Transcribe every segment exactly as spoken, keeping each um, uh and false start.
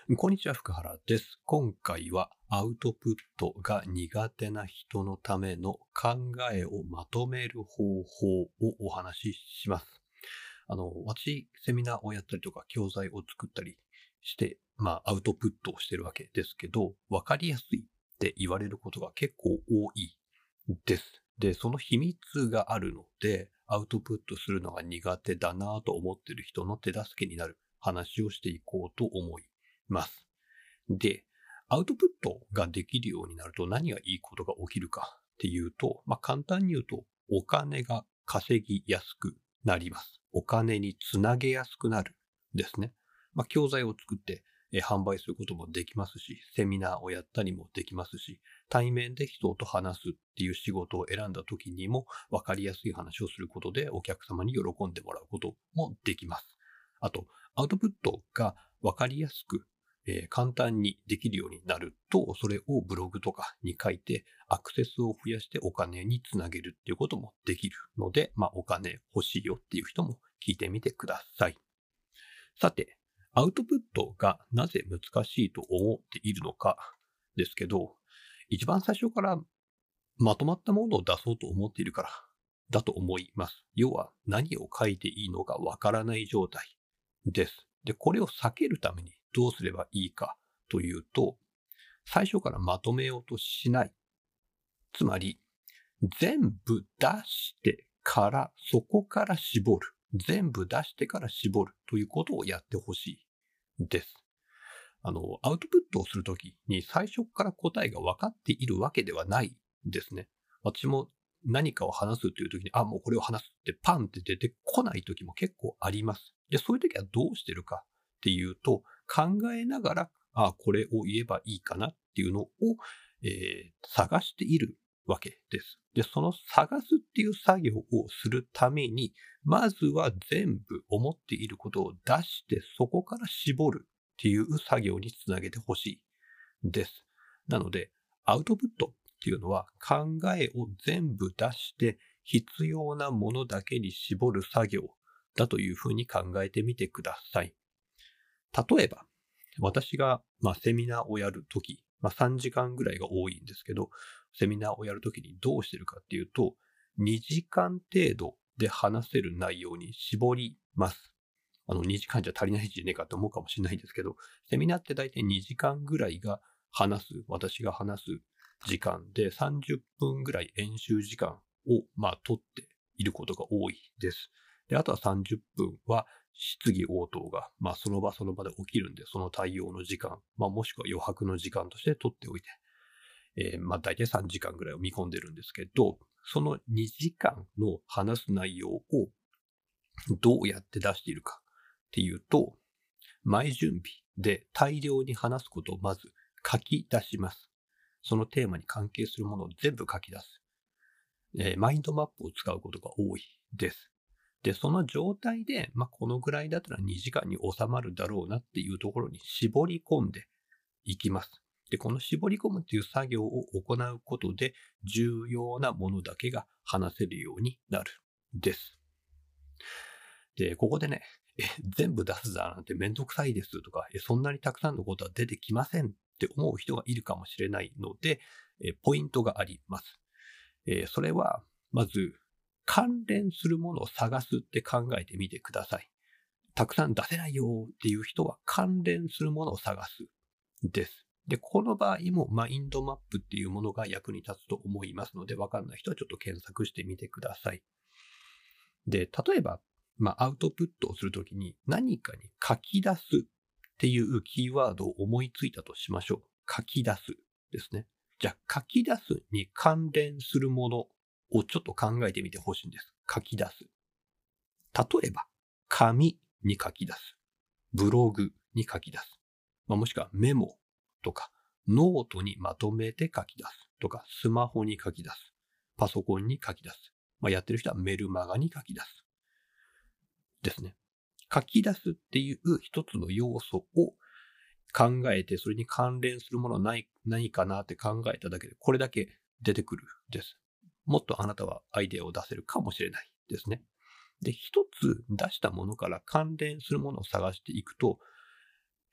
こんにちは、福原です。今回はアウトプットが苦手な人のための考えをまとめる方法をお話しします。あの、私、セミナーをやったりとか教材を作ったりして、まあ、アウトプットをしてるわけですけど、わかりやすいって言われることが結構多いです。で、その秘密があるので、アウトプットするのが苦手だなと思ってる人の手助けになる話をしていこうと思います。で、アウトプットができるようになると何がいいことが起きるかっていうと、まあ、簡単に言うと、お金が稼ぎやすくなります。お金につなげやすくなるですね。まあ、教材を作ってえ販売することもできますし、セミナーをやったりもできますし、対面で人と話すっていう仕事を選んだ時にも分かりやすい話をすることでお客様に喜んでもらうこともできます。あと、アウトプットが分かりやすくえー簡単にできるようになると、それをブログとかに書いて、アクセスを増やしてお金につなげるっていうこともできるので、まあお金欲しいよっていう人も聞いてみてください。さて、アウトプットがなぜ難しいと思っているのかですけど、一番最初からまとまったものを出そうと思っているからだと思います。要は何を書いていいのかわからない状態です。で、これを避けるためにどうすればいいかというと、最初からまとめようとしない。つまり、全部出してから、そこから絞る。全部出してから絞るということをやってほしいです。あの、アウトプットをするときに最初から答えが分かっているわけではないですね。私も何かを話すというときに、あ、もうこれを話すってパンって出てこないときも結構あります。で、そういうときはどうしてるかっていうと、考えながら、あ、これを言えばいいかなっていうのを、えー探しているわけです。で、その探すっていう作業をするために、まずは全部思っていることを出して、そこから絞るっていう作業につなげてほしいです。なので、アウトプットっていうのは考えを全部出して必要なものだけに絞る作業だというふうに考えてみてください。例えば、私が、まあ、セミナーをやるとき、まあ、さんじかんぐらいが多いんですけど、セミナーをやるときにどうしてるかっていうと、にじかん程度で話せる内容に絞ります。あの、にじかんじゃ足りないんじゃねえかと思うかもしれないんですけど、セミナーって大体にじかんぐらいが話す、私が話す時間でさんじゅっぷんぐらい演習時間を、まあ、取っていることが多いです。で、あとはさんじゅっぷんは質疑応答が、まあ、その場その場で起きるんで、その対応の時間、まあ、もしくは余白の時間として取っておいて、えー、まあ、大体さんじかんぐらいを見込んでるんですけど、そのにじかんの話す内容をどうやって出しているかっていうと、前準備で大量に話すことをまず書き出します。そのテーマに関係するものを全部書き出す。えーマインドマップを使うことが多いです。で、その状態で、まあ、このぐらいだったらにじかんに収まるだろうなっていうところに絞り込んでいきます。で、この絞り込むっていう作業を行うことで、重要なものだけが話せるようになるです。で、ここでね、え、全部出すだなんてめんどくさいですとか、え、そんなにたくさんのことは出てきませんって思う人がいるかもしれないので、え、ポイントがあります。えーそれは、まず、関連するものを探すって考えてみてください。たくさん出せないよっていう人は関連するものを探すです。で、この場合もマインドマップっていうものが役に立つと思いますので、わかんない人はちょっと検索してみてください。で、例えば、まあ、アウトプットをするときに何かに書き出すっていうキーワードを思いついたとしましょう。書き出すですね。じゃあ、書き出すに関連するものをちょっと考えてみてほしいんです。書き出す。例えば、紙に書き出す。ブログに書き出す。まあ、もしくはメモとか、ノートにまとめて書き出すとか、スマホに書き出す。パソコンに書き出す。まあ、やってる人はメルマガに書き出す。ですね。書き出すっていう一つの要素を考えて、それに関連するものはない、ないかなって考えただけで、これだけ出てくるです。もっとあなたはアイデアを出せるかもしれないですね。で、一つ出したものから関連するものを探していくと、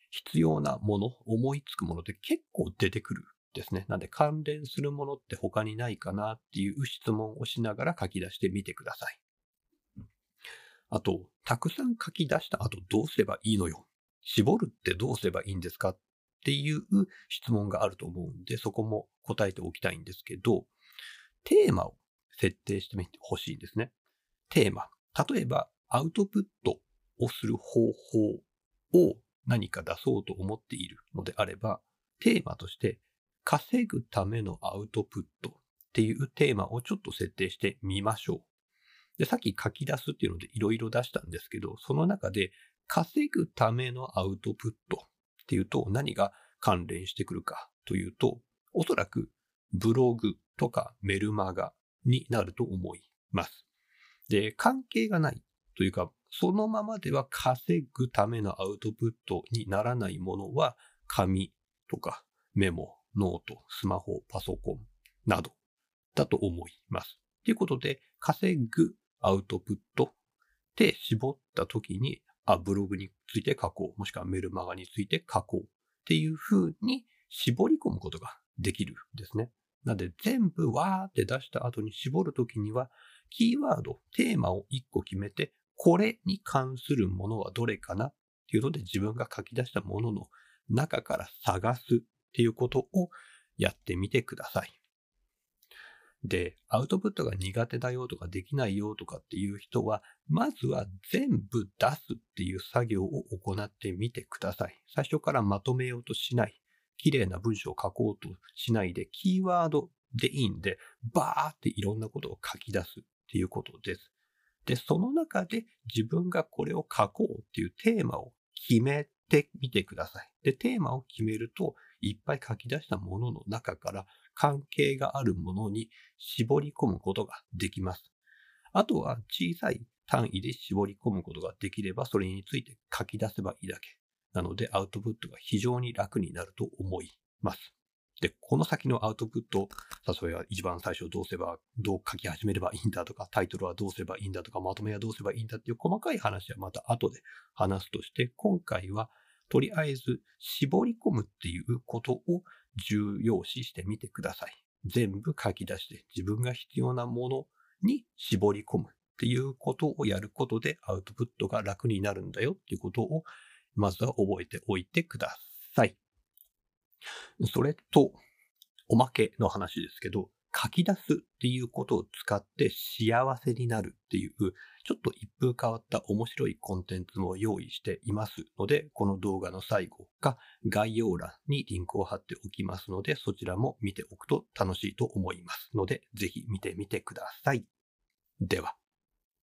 必要なもの、思いつくものって結構出てくるんですね。なんで関連するものって他にないかなっていう質問をしながら書き出してみてください。あと、たくさん書き出した後どうすればいいのよ。絞るってどうすればいいんですかっていう質問があると思うんで、そこも答えておきたいんですけど、テーマを設定してみてほしいんですね。テーマ。例えば、アウトプットをする方法を何か出そうと思っているのであれば、テーマとして、稼ぐためのアウトプットっていうテーマをちょっと設定してみましょう。で、さっき書き出すっていうのでいろいろ出したんですけど、その中で稼ぐためのアウトプットっていうと何が関連してくるかというと、おそらくブログとかメルマガになると思います。で、関係がないというか、そのままでは稼ぐためのアウトプットにならないものは、紙とかメモ、ノート、スマホ、パソコンなどだと思います。ということで、稼ぐアウトプットで絞ったときに、あ、ブログについて書こう、もしくはメルマガについて書こうっていう風に絞り込むことができるんですね。なので全部わーって出した後に絞るときには、キーワード、テーマをいっこ決めて、これに関するものはどれかなっていうので自分が書き出したものの中から探すっていうことをやってみてください。で、アウトプットが苦手だよとかできないよとかっていう人は、まずは全部出すっていう作業を行ってみてください。最初からまとめようとしない。綺麗な文章を書こうとしないで、キーワードでいいんで、バーっていろんなことを書き出すっていうことです。で、その中で自分がこれを書こうっていうテーマを決めてみてください。で、テーマを決めると、いっぱい書き出したものの中から関係があるものに絞り込むことができます。あとは小さい単位で絞り込むことができれば、それについて書き出せばいいだけ。なので、アウトプットが非常に楽になると思います。で、この先のアウトプット、例えば一番最初どうすれば、どう書き始めればいいんだとか、タイトルはどうすればいいんだとか、まとめはどうすればいいんだっていう細かい話はまた後で話すとして、今回はとりあえず絞り込むっていうことを重要視してみてください。全部書き出して自分が必要なものに絞り込むっていうことをやることでアウトプットが楽になるんだよっていうことをまずは覚えておいてください。それと、おまけの話ですけど、書き出すっていうことを使って幸せになるっていう、ちょっと一風変わった面白いコンテンツも用意していますので、この動画の最後か概要欄にリンクを貼っておきますので、そちらも見ておくと楽しいと思いますので、ぜひ見てみてください。では。